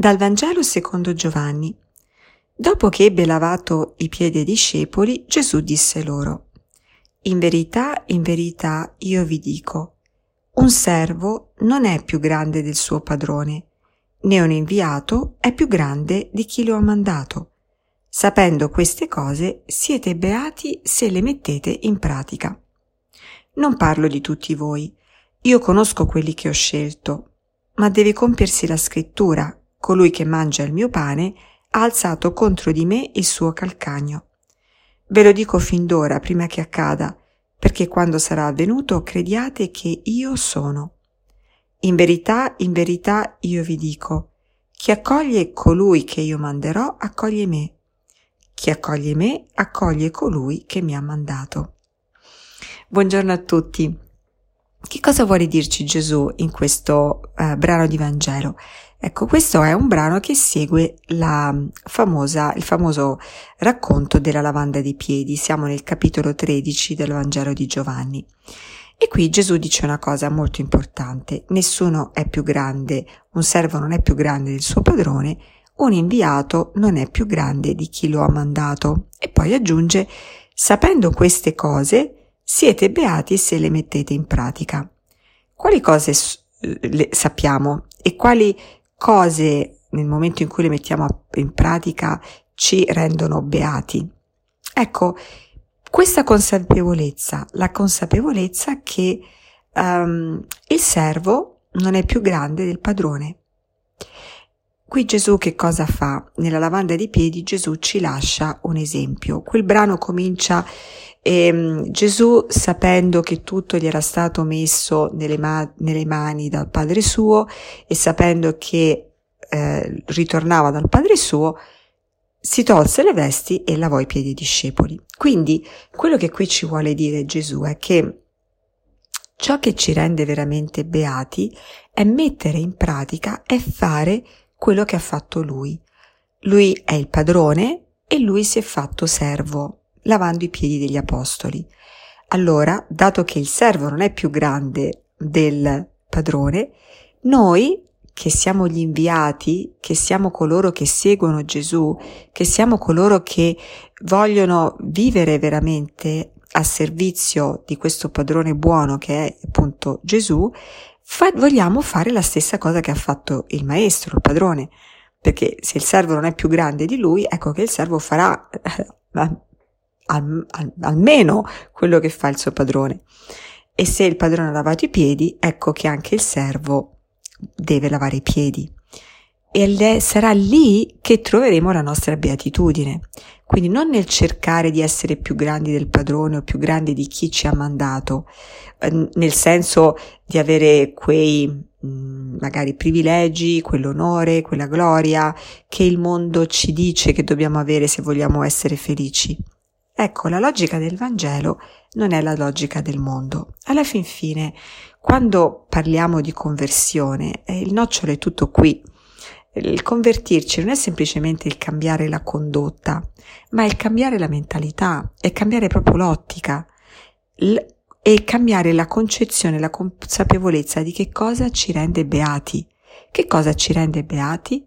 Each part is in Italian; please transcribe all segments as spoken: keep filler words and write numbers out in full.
Dal Vangelo secondo Giovanni. Dopo che ebbe lavato i piedi ai discepoli, Gesù disse loro: In verità, in verità, io vi dico, un servo non è più grande del suo padrone, né un inviato è più grande di chi lo ha mandato. Sapendo queste cose, siete beati se le mettete in pratica. Non parlo di tutti voi, io conosco quelli che ho scelto, ma deve compiersi la scrittura: colui che mangia il mio pane ha alzato contro di me il suo calcagno. Ve lo dico fin d'ora, prima che accada, perché quando sarà avvenuto crediate che io sono. In verità, in verità io vi dico, chi accoglie colui che io manderò accoglie me. Chi accoglie me accoglie colui che mi ha mandato. Buongiorno a tutti. Che cosa vuole dirci Gesù in questo eh, brano di Vangelo? Ecco, questo è un brano che segue la famosa, il famoso racconto della lavanda dei piedi. Siamo nel capitolo tredici del Vangelo di Giovanni. E qui Gesù dice una cosa molto importante: nessuno è più grande, un servo non è più grande del suo padrone, un inviato non è più grande di chi lo ha mandato. E poi aggiunge: sapendo queste cose, siete beati se le mettete in pratica. Quali cose le sappiamo e quali cose nel momento in cui le mettiamo in pratica ci rendono beati? Ecco, questa consapevolezza, la consapevolezza che um, il servo non è più grande del padrone. Qui Gesù che cosa fa? Nella lavanda dei piedi Gesù ci lascia un esempio. Quel brano comincia e Gesù, sapendo che tutto gli era stato messo nelle, ma- nelle mani dal Padre suo e sapendo che eh, ritornava dal Padre suo, si tolse le vesti e lavò i piedi ai discepoli. Quindi quello che qui ci vuole dire Gesù è che ciò che ci rende veramente beati è mettere in pratica e fare quello che ha fatto lui. Lui è il padrone e lui si è fatto servo, lavando i piedi degli apostoli. Allora, dato che il servo non è più grande del padrone, noi che siamo gli inviati, che siamo coloro che seguono Gesù, che siamo coloro che vogliono vivere veramente a servizio di questo padrone buono che è appunto Gesù, fa, vogliamo fare la stessa cosa che ha fatto il maestro, il padrone, perché se il servo non è più grande di lui, ecco che il servo farà eh, Al, al, almeno quello che fa il suo padrone. E se il padrone ha lavato i piedi, ecco che anche il servo deve lavare i piedi. E le, sarà lì che troveremo la nostra beatitudine. Quindi non nel cercare di essere più grandi del padrone o più grandi di chi ci ha mandato, eh, nel senso di avere quei mh, magari privilegi, quell'onore, quella gloria che il mondo ci dice che dobbiamo avere se vogliamo essere felici. Ecco, la logica del Vangelo non è la logica del mondo. Alla fin fine, quando parliamo di conversione, eh, il nocciolo è tutto qui. Il convertirci non è semplicemente il cambiare la condotta, ma è il cambiare la mentalità, è cambiare proprio l'ottica, l- e cambiare la concezione, la consapevolezza di che cosa ci rende beati. Che cosa ci rende beati?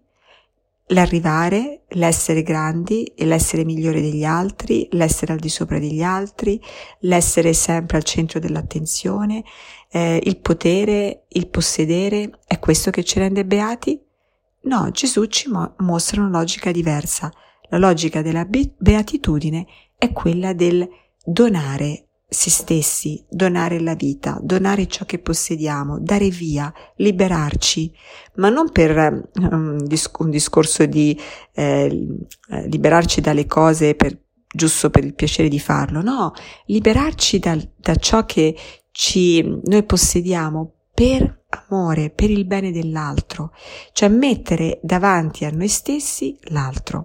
L'arrivare, l'essere grandi e l'essere migliore degli altri, l'essere al di sopra degli altri, l'essere sempre al centro dell'attenzione, eh, il potere, il possedere, è questo che ci rende beati? No, Gesù ci mo- mostra una logica diversa. La logica della be- beatitudine è quella del donare se stessi, donare la vita, donare ciò che possediamo, dare via, liberarci, ma non per um, un discorso di eh, liberarci dalle cose per, giusto per il piacere di farlo, no, liberarci da, da ciò che ci, noi possediamo per amore, per il bene dell'altro, cioè mettere davanti a noi stessi l'altro.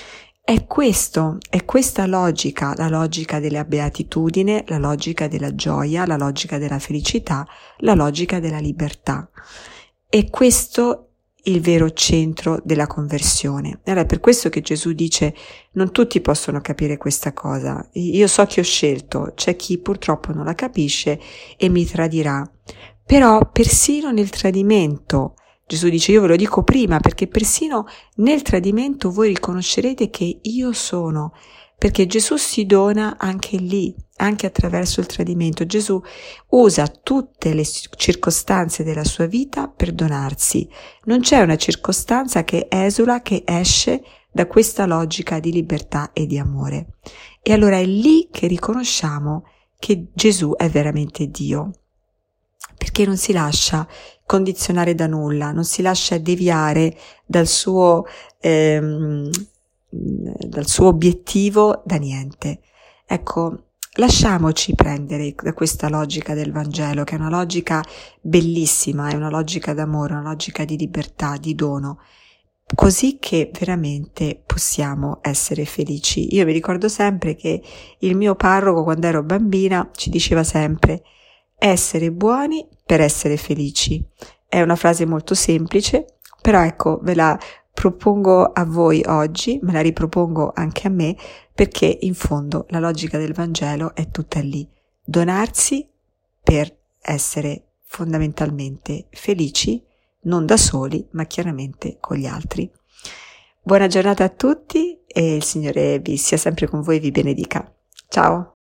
È questo, è questa logica, la logica della beatitudine, la logica della gioia, la logica della felicità, la logica della libertà. E questo il vero centro della conversione. Allora è per questo che Gesù dice: non tutti possono capire questa cosa. Io so che ho scelto, c'è chi purtroppo non la capisce e mi tradirà. Però persino nel tradimento Gesù dice: io ve lo dico prima, perché persino nel tradimento voi riconoscerete che io sono, perché Gesù si dona anche lì, anche attraverso il tradimento. Gesù usa tutte le circostanze della sua vita per donarsi. Non c'è una circostanza che esula, che esce da questa logica di libertà e di amore. E allora è lì che riconosciamo che Gesù è veramente Dio, perché non si lascia condizionare da nulla, non si lascia deviare dal suo, ehm, dal suo obiettivo da niente. Ecco, lasciamoci prendere da questa logica del Vangelo, che è una logica bellissima, è una logica d'amore, una logica di libertà, di dono, così che veramente possiamo essere felici. Io mi ricordo sempre che il mio parroco, quando ero bambina, ci diceva sempre: essere buoni per essere felici. È una frase molto semplice, però ecco, ve la propongo a voi oggi, me la ripropongo anche a me, perché in fondo la logica del Vangelo è tutta lì. Donarsi per essere fondamentalmente felici, non da soli, ma chiaramente con gli altri. Buona giornata a tutti e il Signore vi sia sempre con voi e vi benedica. Ciao!